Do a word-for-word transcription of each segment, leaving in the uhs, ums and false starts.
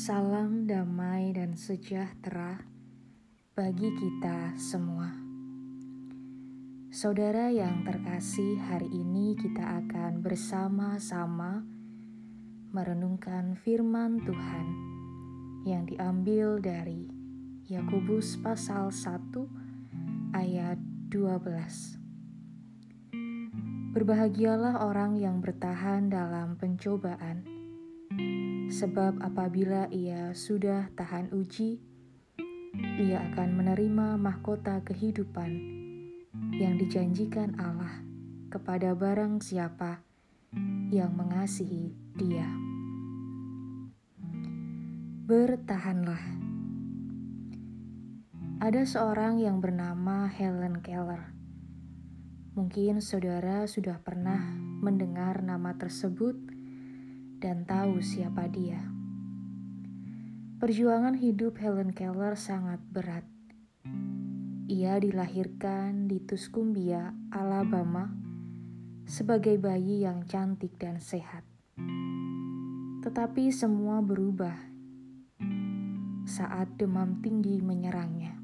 Salam damai dan sejahtera bagi kita semua. Saudara yang terkasih, hari ini kita akan bersama-sama merenungkan firman Tuhan yang diambil dari Yakobus pasal satu ayat dua belas. Berbahagialah orang yang bertahan dalam pencobaan, sebab apabila ia sudah tahan uji, ia akan menerima mahkota kehidupan yang dijanjikan Allah kepada barang siapa yang mengasihi Dia. Bertahanlah. Ada seorang yang bernama Helen Keller. Mungkin saudara sudah pernah mendengar nama tersebut dan tahu siapa dia. Perjuangan hidup Helen Keller sangat berat. Ia dilahirkan di Tuscumbia, Alabama, sebagai bayi yang cantik dan sehat. Tetapi semua berubah saat demam tinggi menyerangnya.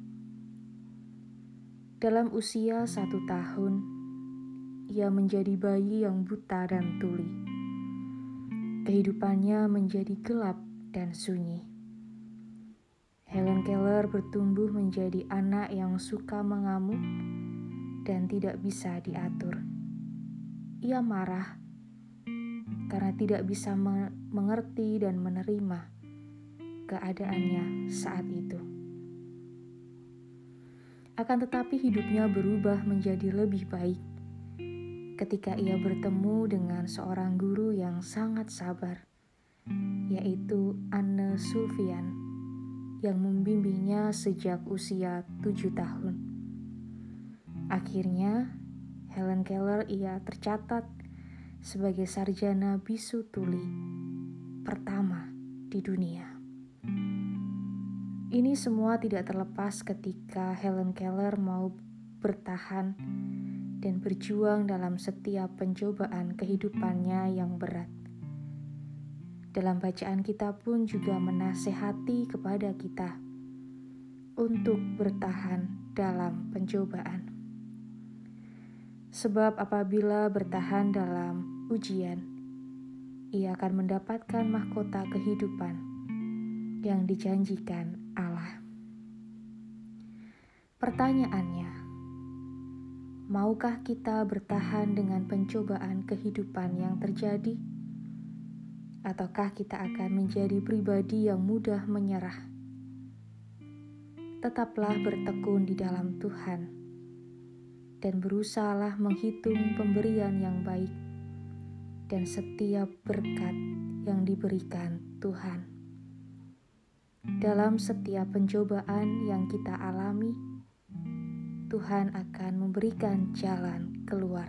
Dalam usia satu tahun, ia menjadi bayi yang buta dan tuli. Kehidupannya menjadi gelap dan sunyi. Helen Keller bertumbuh menjadi anak yang suka mengamuk dan tidak bisa diatur. Ia marah karena tidak bisa mengerti dan menerima keadaannya saat itu. Akan tetapi hidupnya berubah menjadi lebih baik ketika ia bertemu dengan seorang guru yang sangat sabar, yaitu Anne Sullivan, yang membimbingnya sejak usia tujuh tahun. Akhirnya, Helen Keller ia tercatat sebagai sarjana bisu tuli pertama di dunia. Ini semua tidak terlepas ketika Helen Keller mau bertahan dan berjuang dalam setiap pencobaan kehidupannya yang berat. Dalam bacaan kita pun juga menasehati kepada kita untuk bertahan dalam pencobaan. Sebab apabila bertahan dalam ujian, ia akan mendapatkan mahkota kehidupan yang dijanjikan Allah. Pertanyaannya, maukah kita bertahan dengan pencobaan kehidupan yang terjadi? Ataukah kita akan menjadi pribadi yang mudah menyerah? Tetaplah bertekun di dalam Tuhan dan berusahalah menghitung pemberian yang baik dan setiap berkat yang diberikan Tuhan. Dalam setiap pencobaan yang kita alami, Tuhan akan memberikan jalan keluar.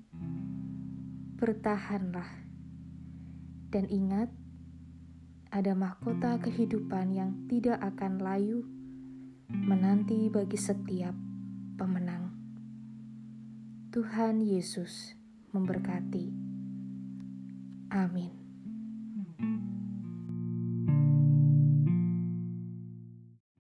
Bertahanlah. Dan ingat, ada mahkota kehidupan yang tidak akan layu menanti bagi setiap pemenang. Tuhan Yesus memberkati. Amin.